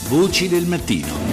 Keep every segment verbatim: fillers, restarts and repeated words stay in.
Voci del mattino.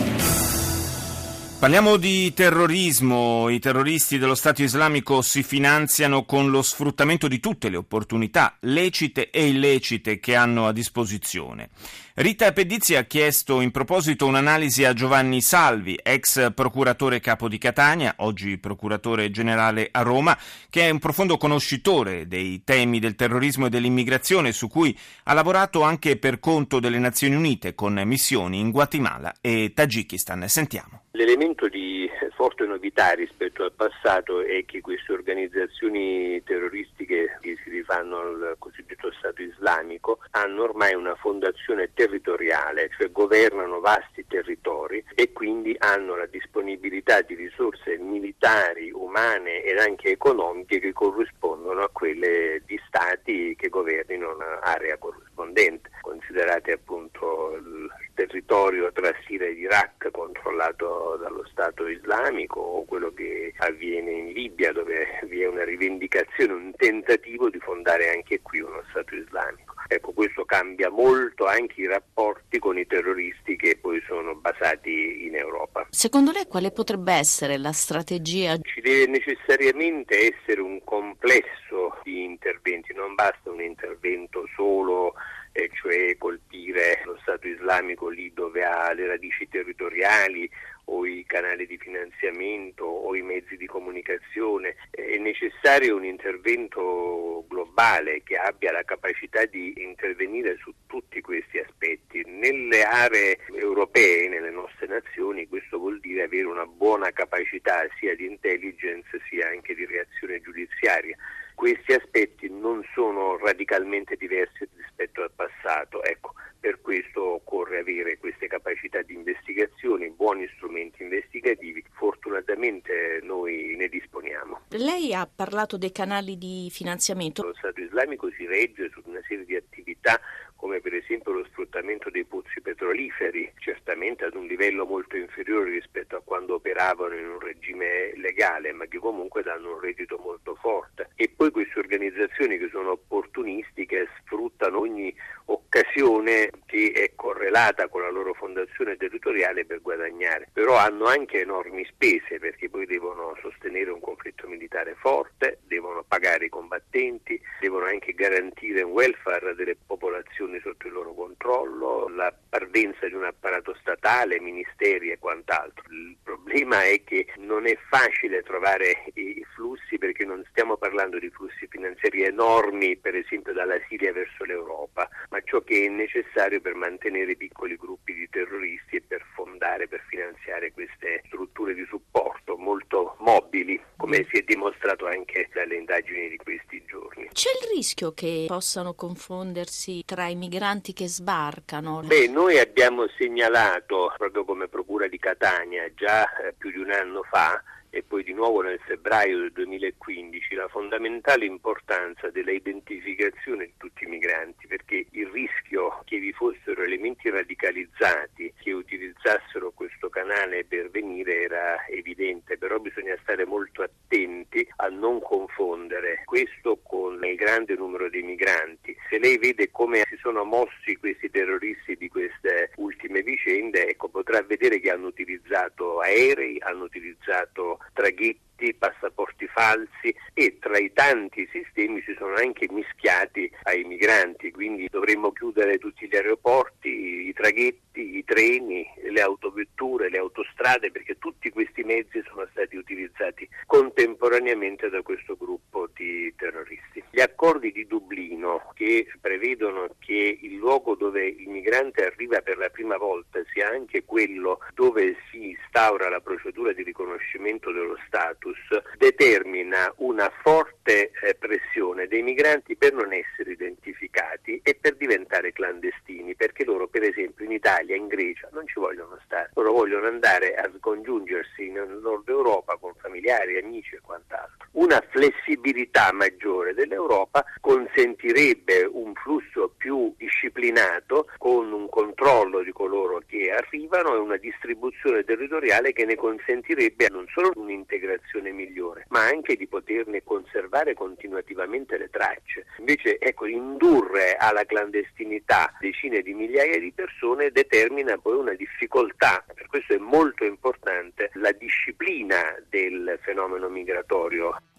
Parliamo di terrorismo. I terroristi dello Stato Islamico si finanziano con lo sfruttamento di tutte le opportunità, lecite e illecite, che hanno a disposizione. Rita Pedizzi ha chiesto in proposito un'analisi a Giovanni Salvi, ex procuratore capo di Catania, oggi procuratore generale a Roma, che è un profondo conoscitore dei temi del terrorismo e dell'immigrazione, su cui ha lavorato anche per conto delle Nazioni Unite con missioni in Guatemala e Tagikistan. Sentiamo. L'elemento di forte novità rispetto al passato è che queste organizzazioni terroristiche che si rifanno al cosiddetto Stato Islamico hanno ormai una fondazione territoriale, cioè governano vasti territori e quindi hanno la disponibilità di risorse militari, umane ed anche economiche che corrispondono a quelle di stati che governino un'area corrispondente. Considerate appunto il territorio tra Siria ed Iraq controllato dallo Stato Islamico, o quello che avviene in Libia, dove vi è una rivendicazione, un tentativo di fondare anche qui uno Stato Islamico. Ecco, questo cambia molto anche i rapporti con i terroristi che poi sono basati in Europa. Secondo lei quale potrebbe essere la strategia? Ci deve necessariamente essere un complesso di interventi, non basta un intervento solo, eh, cioè colpire lo Stato Islamico lì dove ha le radici territoriali o i canali di finanziamento o i mezzi di comunicazione. È necessario un intervento globale che abbia la capacità di intervenire su tutti questi aspetti. Nelle aree europee, nelle nostre nazioni, questo vuol dire avere una buona capacità sia di intelligence sia anche di reazione giudiziaria. Questi aspetti non sono radicalmente diversi rispetto al passato. Ecco, per questo occorre avere queste capacità di investigazione, buoni strumenti investigativi. Fortunatamente noi ne disponiamo. Lei ha parlato dei canali di finanziamento. Lo Stato Islamico si regge su una serie di attività come per esempio lo sfruttamento dei pozzi petroliferi, certamente ad un livello molto inferiore rispetto a quando operavano in un regime legale, ma che comunque danno un reddito molto forte. E poi queste organizzazioni che sono opportunistiche sfruttano ogni occasione che è correlata con la loro fondazione territoriale per guadagnare, però hanno anche enormi spese perché poi devono sostenere un conflitto militare forte, devono pagare i combattenti, devono anche garantire un welfare delle popolazioni sotto il loro controllo, la parvenza di un apparato statale, ministeri e quant'altro. Il problema è che non è facile trovare i flussi, perché non stiamo parlando di flussi finanziari enormi, per esempio dalla Siria verso l'Europa, ma ciò che è necessario per mantenere piccoli gruppi di terroristi e per fondare, per finanziare queste strutture di supporto molto mobili, come si è dimostrato anche dalle indagini di questi giorni. C'è il rischio che possano confondersi tra i migranti che sbarcano? Beh, noi abbiamo segnalato, proprio come Procura di Catania, già eh, più di un anno fa, e poi di nuovo nel febbraio del duemilaquindici, la fondamentale importanza della identificazione di tutti i migranti, perché il rischio che vi fossero elementi radicalizzati che utilizzassero questo canale per venire era evidente, però bisogna stare molto attenti a non confondere questo con il grande numero dei migranti. Se lei vede come si sono mossi questi terroristi di queste ultime vicende, ecco, potrà vedere che hanno utilizzato aerei, hanno utilizzato traghetti, passaporti falsi, e tra i tanti sistemi si sono anche mischiati ai migranti, quindi dovremmo chiudere tutti gli aeroporti, i traghetti, i treni, le autovetture, le autostrade, perché tutti questi mezzi sono stati utilizzati contemporaneamente da questo gruppo di terroristi. Gli accordi di Dublino, che prevedono che il luogo dove il migrante arriva per la prima volta sia anche quello dove si instaura la procedura di riconoscimento dello status, determina una forte eh, pressione dei migranti per non essere identificati e per diventare clandestini, perché loro per esempio in Italia, in Grecia non ci vogliono stare, loro vogliono andare a congiungersi nel nord Europa con familiari, amici e quant'altro. una flessibilità maggiore dell'Europa consentirebbe un flusso più disciplinato, con un controllo di coloro che arrivano e una distribuzione territoriale che ne consentirebbe non solo un'integrazione migliore, ma anche di poterne conservare continuativamente le tracce. Invece, ecco, indurre alla clandestinità decine di migliaia di persone determina poi una difficoltà. Per questo è molto importante la disciplina del fenomeno migratorio.